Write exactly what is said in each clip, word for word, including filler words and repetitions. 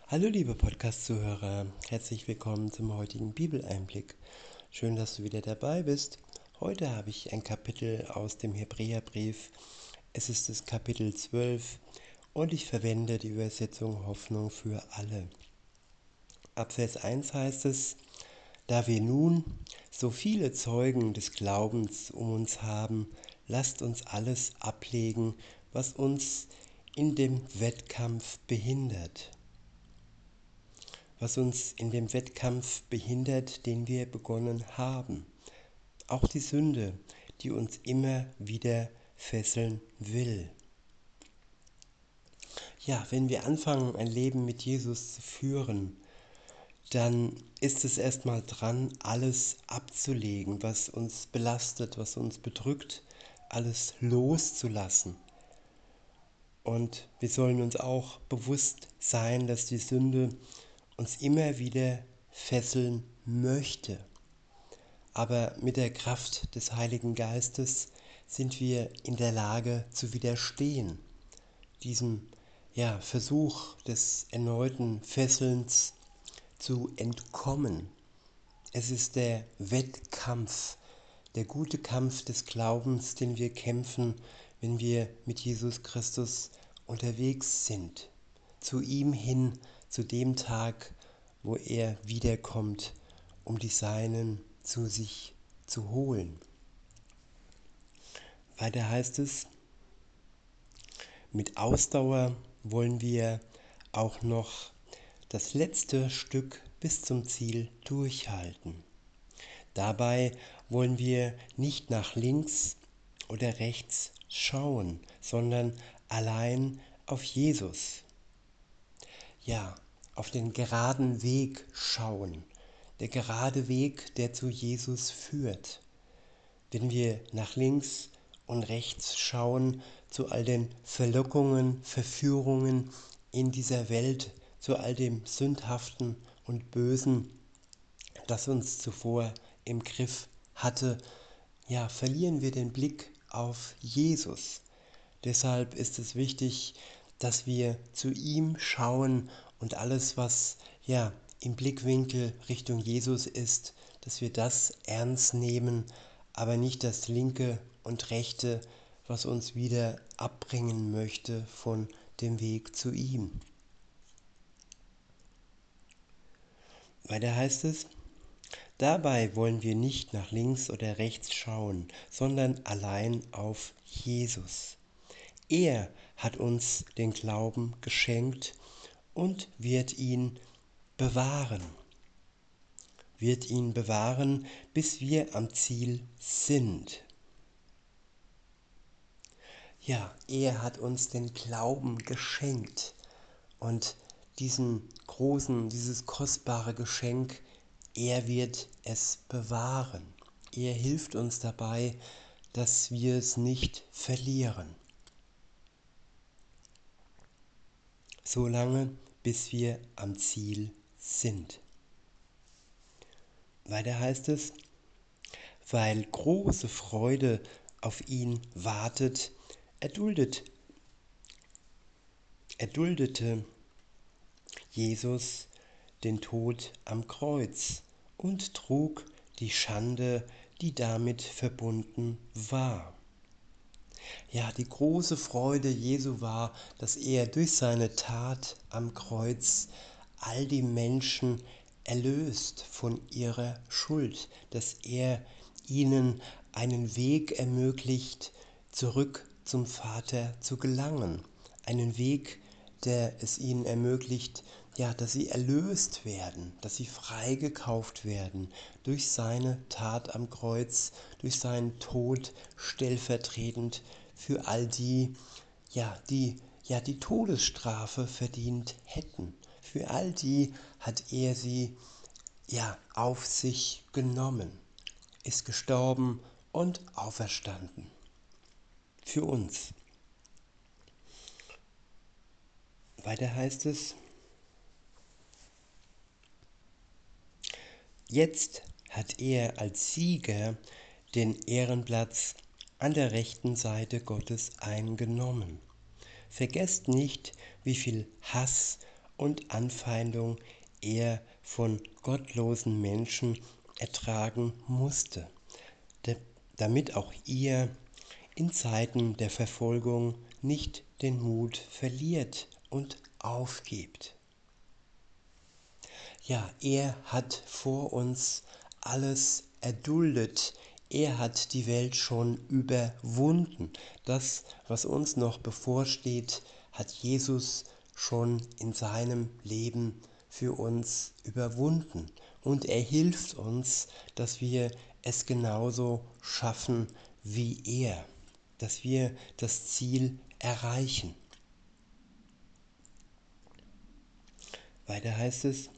Hallo liebe Podcast-Zuhörer, herzlich willkommen zum heutigen Bibeleinblick. Schön, dass du wieder dabei bist. Heute habe ich ein Kapitel aus dem Hebräerbrief. Es ist das Kapitel zwölf und ich verwende die Übersetzung Hoffnung für alle. Ab Vers eins heißt es: Da wir nun so viele Zeugen des Glaubens um uns haben, lasst uns alles ablegen, was uns in dem Wettkampf behindert. was uns in dem Wettkampf behindert, den wir begonnen haben. Auch die Sünde, die uns immer wieder fesseln will. Ja, wenn wir anfangen, ein Leben mit Jesus zu führen, dann ist es erstmal dran, alles abzulegen, was uns belastet, was uns bedrückt, alles loszulassen. Und wir sollen uns auch bewusst sein, dass die Sünde uns immer wieder fesseln möchte. Aber mit der Kraft des Heiligen Geistes sind wir in der Lage zu widerstehen, diesem ja, Versuch des erneuten Fesselns zu entkommen. Es ist der Wettkampf, der gute Kampf des Glaubens, den wir kämpfen, wenn wir mit Jesus Christus unterwegs sind. Zu ihm hin, zu dem Tag, wo er wiederkommt, um die Seinen zu sich zu holen. Weiter heißt es: Mit Ausdauer wollen wir auch noch das letzte Stück bis zum Ziel durchhalten. Dabei wollen wir nicht nach links oder rechts schauen, sondern allein auf Jesus. Ja, auf den geraden Weg schauen. Der gerade Weg, der zu Jesus führt. Wenn wir nach links und rechts schauen, zu all den Verlockungen, Verführungen in dieser Welt, zu all dem Sündhaften und Bösen, das uns zuvor im Griff hatte, ja, verlieren wir den Blick auf Jesus. Deshalb ist es wichtig, dass wir zu ihm schauen und alles, was ja im Blickwinkel Richtung Jesus ist, dass wir das ernst nehmen, aber nicht das Linke und Rechte, was uns wieder abbringen möchte von dem Weg zu ihm. Weiter heißt es: Dabei wollen wir nicht nach links oder rechts schauen, sondern allein auf Jesus. Er hat uns den Glauben geschenkt und wird ihn bewahren. Wird ihn bewahren, bis wir am Ziel sind. Ja, er hat uns den Glauben geschenkt und diesen großen, dieses kostbare Geschenk, er wird es bewahren. Er hilft uns dabei, dass wir es nicht verlieren. Solange, bis wir am Ziel sind. Weiter heißt es: Weil große Freude auf ihn wartet, erduldet, erduldete Jesus den Tod am Kreuz und trug die Schande, die damit verbunden war. Ja, die große Freude Jesu war, dass er durch seine Tat am Kreuz all die Menschen erlöst von ihrer Schuld, dass er ihnen einen Weg ermöglicht, zurück zum Vater zu gelangen. Einen Weg, der es ihnen ermöglicht, ja, dass sie erlöst werden, dass sie freigekauft werden durch seine Tat am Kreuz, durch seinen Tod stellvertretend für all die, ja, die ja die Todesstrafe verdient hätten. Für all die hat er sie ja auf sich genommen, ist gestorben und auferstanden. Für uns. Weiter heißt es: Jetzt hat er als Sieger den Ehrenplatz an der rechten Seite Gottes eingenommen. Vergesst nicht, wie viel Hass und Anfeindung er von gottlosen Menschen ertragen musste, damit auch ihr in Zeiten der Verfolgung nicht den Mut verliert und aufgebt. Ja, er hat vor uns alles erduldet. Er hat die Welt schon überwunden. Das, was uns noch bevorsteht, hat Jesus schon in seinem Leben für uns überwunden. Und er hilft uns, dass wir es genauso schaffen wie er, dass wir das Ziel erreichen. Weiter heißt es: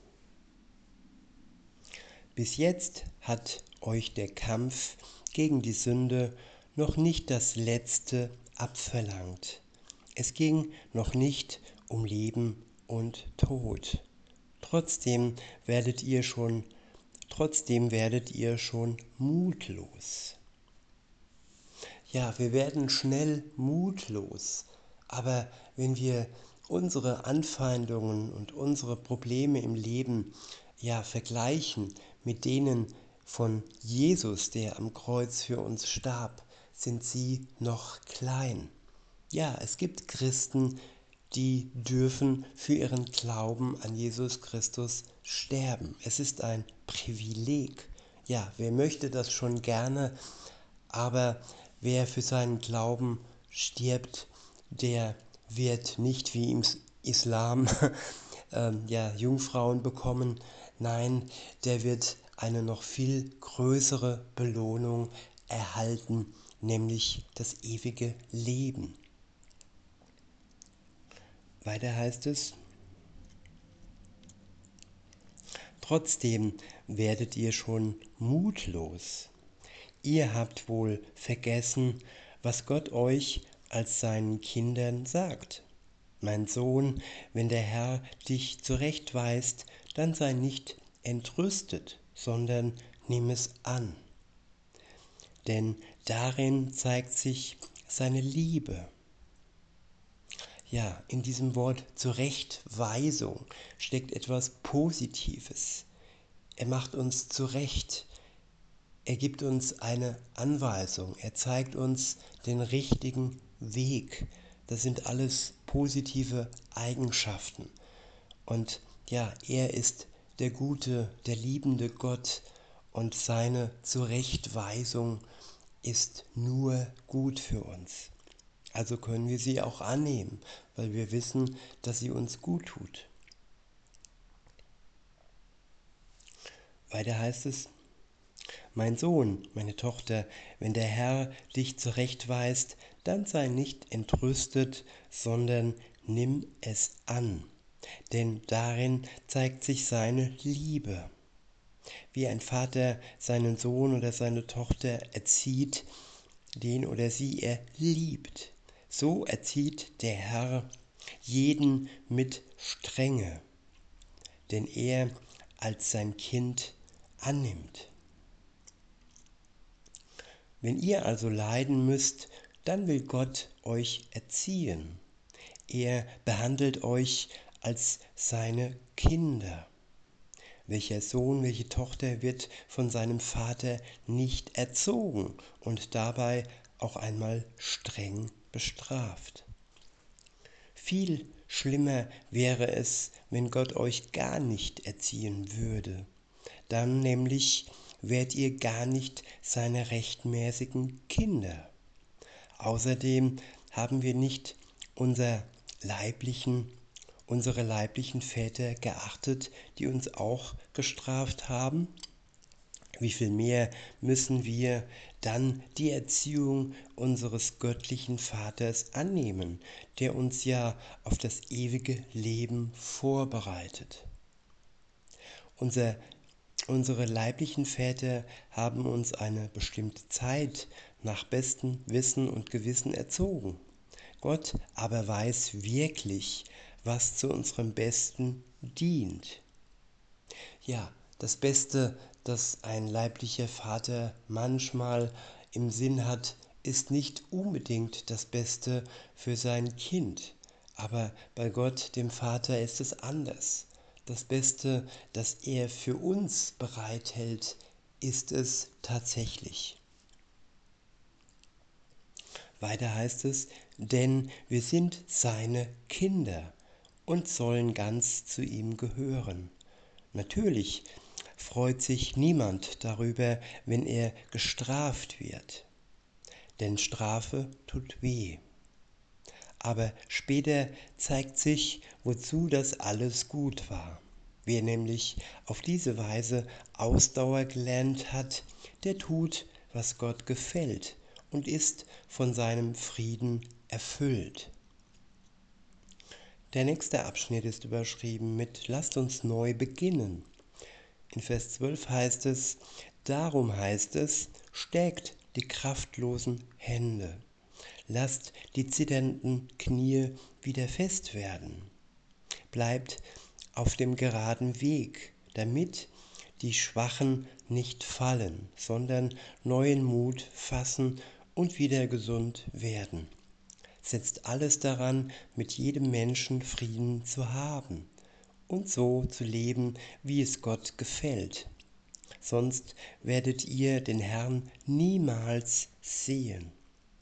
Bis jetzt hat euch der Kampf gegen die Sünde noch nicht das Letzte abverlangt. Es ging noch nicht um Leben und Tod. Trotzdem werdet ihr schon, trotzdem werdet ihr schon mutlos. Ja, wir werden schnell mutlos, aber wenn wir unsere Anfeindungen und unsere Probleme im Leben ja vergleichen mit denen von Jesus, der am Kreuz für uns starb, sind sie noch klein. Ja, es gibt Christen, die dürfen für ihren Glauben an Jesus Christus sterben. Es ist ein Privileg. Ja, wer möchte das schon gerne, aber wer für seinen Glauben stirbt, der wird nicht wie im Islam ähm, ja, Jungfrauen bekommen. Nein, der wird eine noch viel größere Belohnung erhalten, nämlich das ewige Leben. Weiter heißt es: Trotzdem werdet ihr schon mutlos. Ihr habt wohl vergessen, was Gott euch als seinen Kindern sagt. Mein Sohn, wenn der Herr dich zurechtweist, dann sei nicht entrüstet, sondern nimm es an. Denn darin zeigt sich seine Liebe. Ja, in diesem Wort Zurechtweisung steckt etwas Positives. Er macht uns zurecht. Er gibt uns eine Anweisung. Er zeigt uns den richtigen Weg. Das sind alles positive Eigenschaften. Und ja, er ist der gute, der liebende Gott und seine Zurechtweisung ist nur gut für uns. Also können wir sie auch annehmen, weil wir wissen, dass sie uns gut tut. Weiter heißt es: Mein Sohn, meine Tochter, wenn der Herr dich zurechtweist, dann sei nicht entrüstet, sondern nimm es an, denn darin zeigt sich seine Liebe. Wie ein Vater seinen Sohn oder seine Tochter erzieht, den oder sie er liebt, so erzieht der Herr jeden mit Strenge, den er als sein Kind annimmt. Wenn ihr also leiden müsst, dann will Gott euch erziehen. Er behandelt euch als seine Kinder. Welcher Sohn, welche Tochter wird von seinem Vater nicht erzogen und dabei auch einmal streng bestraft? Viel schlimmer wäre es, wenn Gott euch gar nicht erziehen würde. Dann nämlich wärt ihr gar nicht seine rechtmäßigen Kinder. Außerdem haben wir nicht unser leiblichen, unsere leiblichen Väter geachtet, die uns auch gestraft haben. Wie viel mehr müssen wir dann die Erziehung unseres göttlichen Vaters annehmen, der uns ja auf das ewige Leben vorbereitet. Unser, unsere leiblichen Väter haben uns eine bestimmte Zeit nach bestem Wissen und Gewissen erzogen. Gott aber weiß wirklich, was zu unserem Besten dient. Ja, das Beste, das ein leiblicher Vater manchmal im Sinn hat, ist nicht unbedingt das Beste für sein Kind. Aber bei Gott, dem Vater, ist es anders. Das Beste, das er für uns bereithält, ist es tatsächlich. Weiter heißt es, denn wir sind seine Kinder und sollen ganz zu ihm gehören. Natürlich freut sich niemand darüber, wenn er gestraft wird, denn Strafe tut weh. Aber später zeigt sich, wozu das alles gut war. Wer nämlich auf diese Weise Ausdauer gelernt hat, der tut, was Gott gefällt und ist von seinem Frieden erfüllt. Der nächste Abschnitt ist überschrieben mit Lasst uns neu beginnen. In Vers zwölf heißt es, darum heißt es, stärkt die kraftlosen Hände. Lasst die zitternden Knie wieder fest werden. Bleibt auf dem geraden Weg, damit die Schwachen nicht fallen, sondern neuen Mut fassen und wieder gesund werden. Setzt alles daran, mit jedem Menschen Frieden zu haben und so zu leben, wie es Gott gefällt. Sonst werdet ihr den Herrn niemals sehen.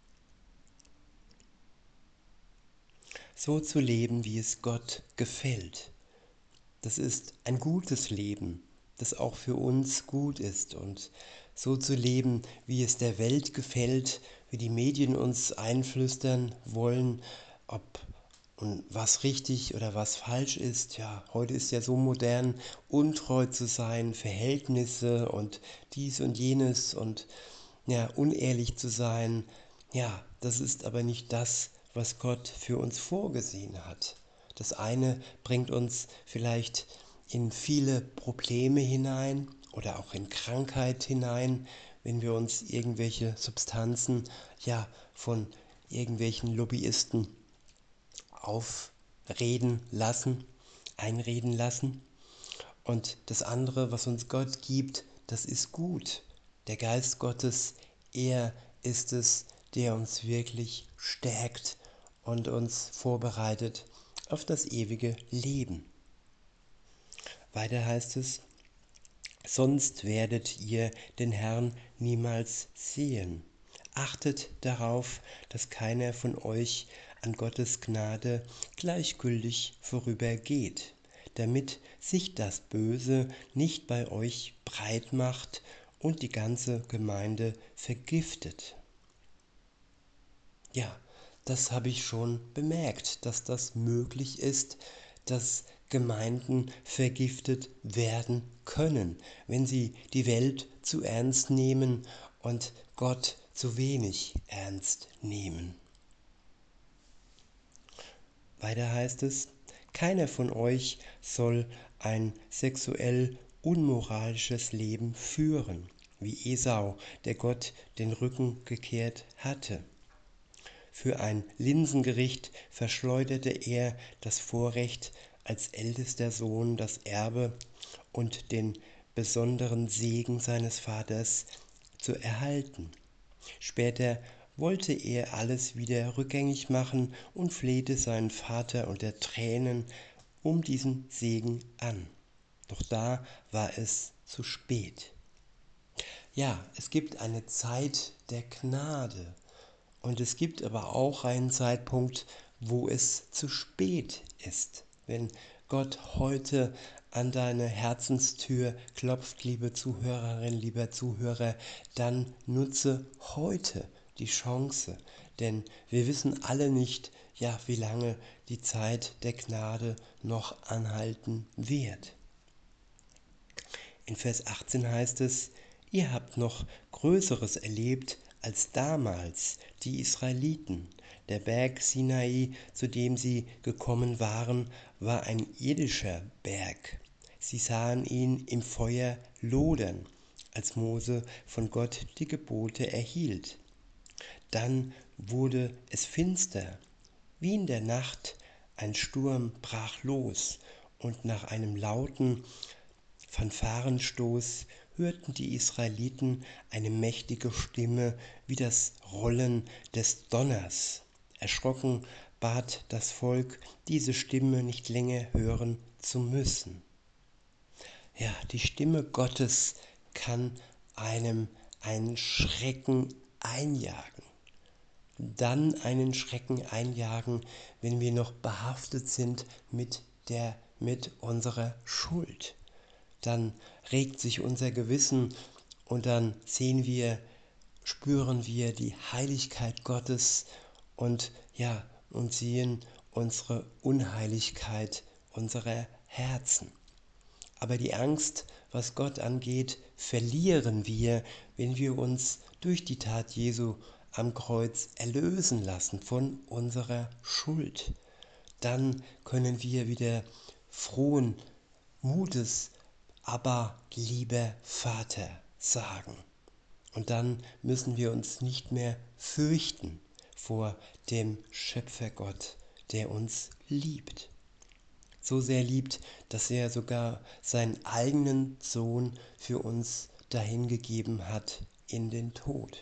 So zu leben, wie es Gott gefällt. Das ist ein gutes Leben, das auch für uns gut ist. Und so zu leben, wie es der Welt gefällt, wie die Medien uns einflüstern wollen, ob und was richtig oder was falsch ist. Ja, heute ist ja so modern, untreu zu sein, Verhältnisse und dies und jenes und ja, unehrlich zu sein. Ja, das ist aber nicht das, was Gott für uns vorgesehen hat. Das eine bringt uns vielleicht in viele Probleme hinein oder auch in Krankheit hinein, wenn wir uns irgendwelche Substanzen ja von irgendwelchen Lobbyisten aufreden lassen, einreden lassen. Und das andere, was uns Gott gibt, das ist gut. Der Geist Gottes, er ist es, der uns wirklich stärkt und uns vorbereitet auf das ewige Leben. Weiter heißt es, sonst werdet ihr den Herrn niemals sehen. Achtet darauf, dass keiner von euch an Gottes Gnade gleichgültig vorübergeht, damit sich das Böse nicht bei euch breit macht und die ganze Gemeinde vergiftet. Ja, das habe ich schon bemerkt, dass das möglich ist, dass Gemeinden vergiftet werden können, wenn sie die Welt zu ernst nehmen und Gott zu wenig ernst nehmen. Weiter heißt es, keiner von euch soll ein sexuell unmoralisches Leben führen, wie Esau, der Gott den Rücken gekehrt hatte. Für ein Linsengericht verschleuderte er das Vorrecht, als ältester Sohn das Erbe und den besonderen Segen seines Vaters zu erhalten. Später wollte er alles wieder rückgängig machen und flehte seinen Vater unter Tränen um diesen Segen an. Doch da war es zu spät. Ja, es gibt eine Zeit der Gnade. Und es gibt aber auch einen Zeitpunkt, wo es zu spät ist. Wenn Gott heute an deine Herzenstür klopft, liebe Zuhörerin, lieber Zuhörer, dann nutze heute die Chance. Denn wir wissen alle nicht, ja, wie lange die Zeit der Gnade noch anhalten wird. In Vers achtzehn heißt es, ihr habt noch Größeres erlebt als damals die Israeliten. Der Berg Sinai, zu dem sie gekommen waren, war ein irdischer Berg. Sie sahen ihn im Feuer lodern, als Mose von Gott die Gebote erhielt. Dann wurde es finster, wie in der Nacht ein Sturm brach los, und nach einem lauten Fanfarenstoß hörten die Israeliten eine mächtige Stimme wie das Rollen des Donners. Erschrocken bat das Volk, diese Stimme nicht länger hören zu müssen. Ja, die Stimme Gottes kann einem einen Schrecken einjagen. Dann einen Schrecken einjagen, wenn wir noch behaftet sind mit der, mit unserer Schuld. Dann regt sich unser Gewissen und dann sehen wir, spüren wir die Heiligkeit Gottes und ja, und sehen unsere Unheiligkeit unserer Herzen. Aber die Angst, was Gott angeht, verlieren wir, wenn wir uns durch die Tat Jesu am Kreuz erlösen lassen von unserer Schuld. Dann können wir wieder frohen Mutes, aber lieber Vater sagen. Und dann müssen wir uns nicht mehr fürchten vor dem Schöpfergott, der uns liebt. So sehr liebt, dass er sogar seinen eigenen Sohn für uns dahingegeben hat in den Tod.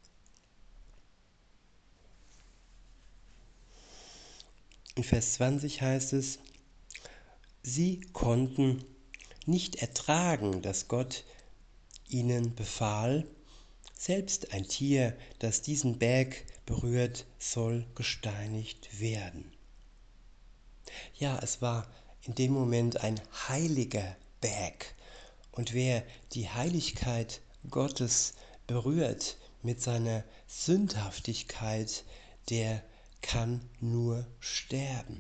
In Vers zwanzig heißt es, sie konnten nicht ertragen, dass Gott ihnen befahl, selbst ein Tier, das diesen Berg berührt, soll gesteinigt werden. Ja, es war in dem Moment ein heiliger Berg. Und wer die Heiligkeit Gottes berührt mit seiner Sündhaftigkeit, der kann nur sterben.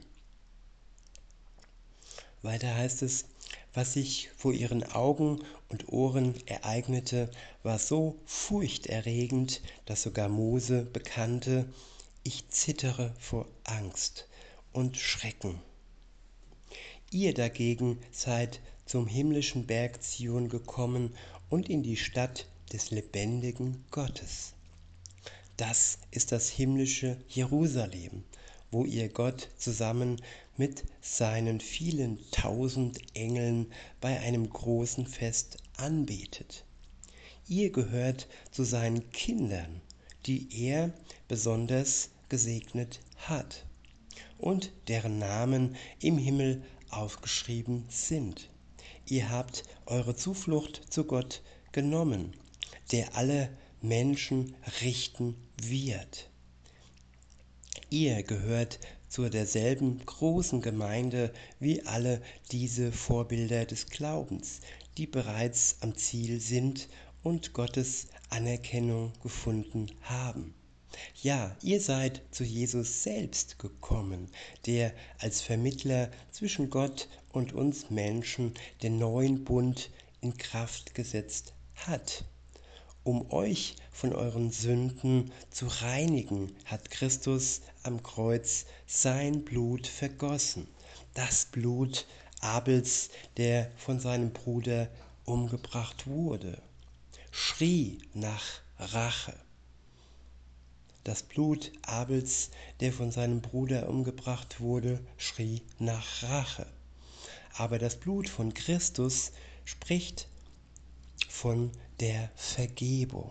Weiter heißt es, was sich vor ihren Augen und Ohren ereignete, war so furchterregend, dass sogar Mose bekannte, ich zittere vor Angst und Schrecken. Ihr dagegen seid zum himmlischen Berg Zion gekommen und in die Stadt des lebendigen Gottes. Das ist das himmlische Jerusalem, wo ihr Gott zusammen mit seinen vielen tausend Engeln bei einem großen Fest anbetet. Ihr gehört zu seinen Kindern, die er besonders gesegnet hat und deren Namen im Himmel aufgeschrieben sind. Ihr habt eure Zuflucht zu Gott genommen, der alle Menschen richten wird. Ihr gehört zu derselben großen Gemeinde wie alle diese Vorbilder des Glaubens, die bereits am Ziel sind und Gottes Anerkennung gefunden haben. Ja, ihr seid zu Jesus selbst gekommen, der als Vermittler zwischen Gott und uns Menschen den neuen Bund in Kraft gesetzt hat. Um euch von euren Sünden zu reinigen, hat Christus am Kreuz sein Blut vergossen. Das Blut Abels, der von seinem Bruder umgebracht wurde, schrie nach Rache. Das Blut Abels, der von seinem Bruder umgebracht wurde, schrie nach Rache. Aber das Blut von Christus spricht von der Vergebung.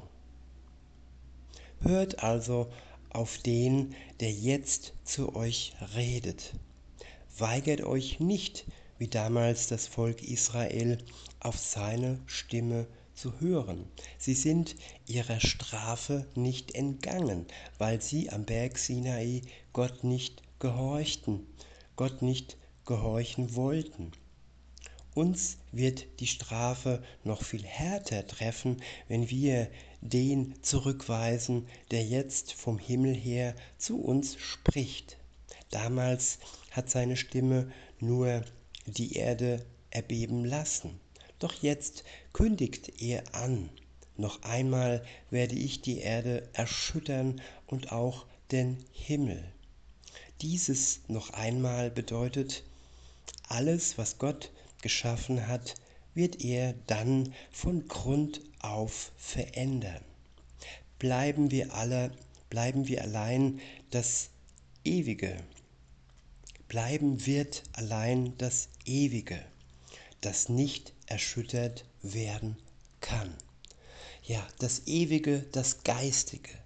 Hört also auf den, der jetzt zu euch redet. Weigert euch nicht, wie damals das Volk Israel, auf seine Stimme zu hören. Sie sind ihrer Strafe nicht entgangen, weil sie am Berg Sinai Gott nicht gehorchten, Gott nicht gehorchen wollten. Uns wird die Strafe noch viel härter treffen, wenn wir den zurückweisen, der jetzt vom Himmel her zu uns spricht. Damals hat seine Stimme nur die Erde erbeben lassen. Doch jetzt kündigt er an, noch einmal werde ich die Erde erschüttern und auch den Himmel. Dieses noch einmal bedeutet, alles, was Gott geschaffen hat, wird er dann von Grund auf verändern. Bleiben wir alle, bleiben wir allein das Ewige. Bleiben wird allein das Ewige, das nicht erschüttert werden kann. Ja, das Ewige, das Geistige.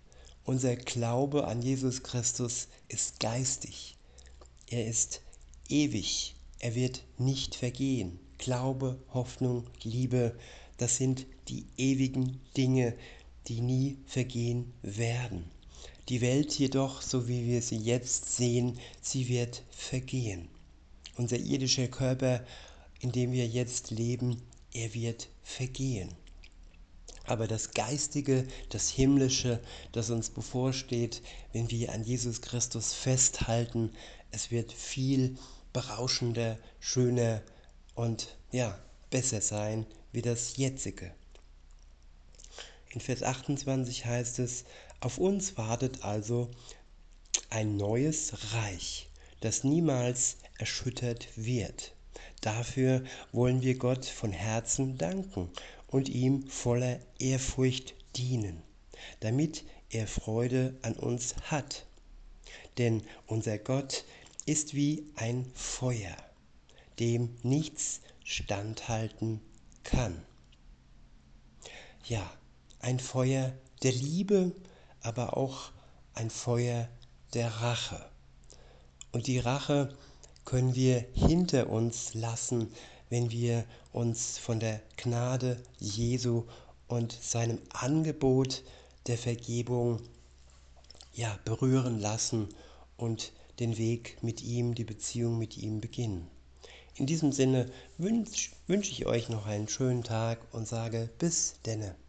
Unser Glaube an Jesus Christus ist geistig. Er ist ewig. Er wird nicht vergehen. Glaube, Hoffnung, Liebe, das sind die ewigen Dinge, die nie vergehen werden. Die Welt jedoch, so wie wir sie jetzt sehen, sie wird vergehen. Unser irdischer Körper, in dem wir jetzt leben, er wird vergehen. Aber das Geistige, das Himmlische, das uns bevorsteht, wenn wir an Jesus Christus festhalten, es wird viel berauschender, schöner und ja, besser sein wie das jetzige. In Vers achtundzwanzig heißt es, auf uns wartet also ein neues Reich, das niemals erschüttert wird. Dafür wollen wir Gott von Herzen danken und ihm voller Ehrfurcht dienen, damit er Freude an uns hat. Denn unser Gott ist wie ein Feuer, dem nichts standhalten kann. Ja, ein Feuer der Liebe, aber auch ein Feuer der Rache. Und die Rache können wir hinter uns lassen, wenn wir uns von der Gnade Jesu und seinem Angebot der Vergebung ja, berühren lassen und den Weg mit ihm, die Beziehung mit ihm beginnen. In diesem Sinne wünsche wünsch ich euch noch einen schönen Tag und sage bis denne.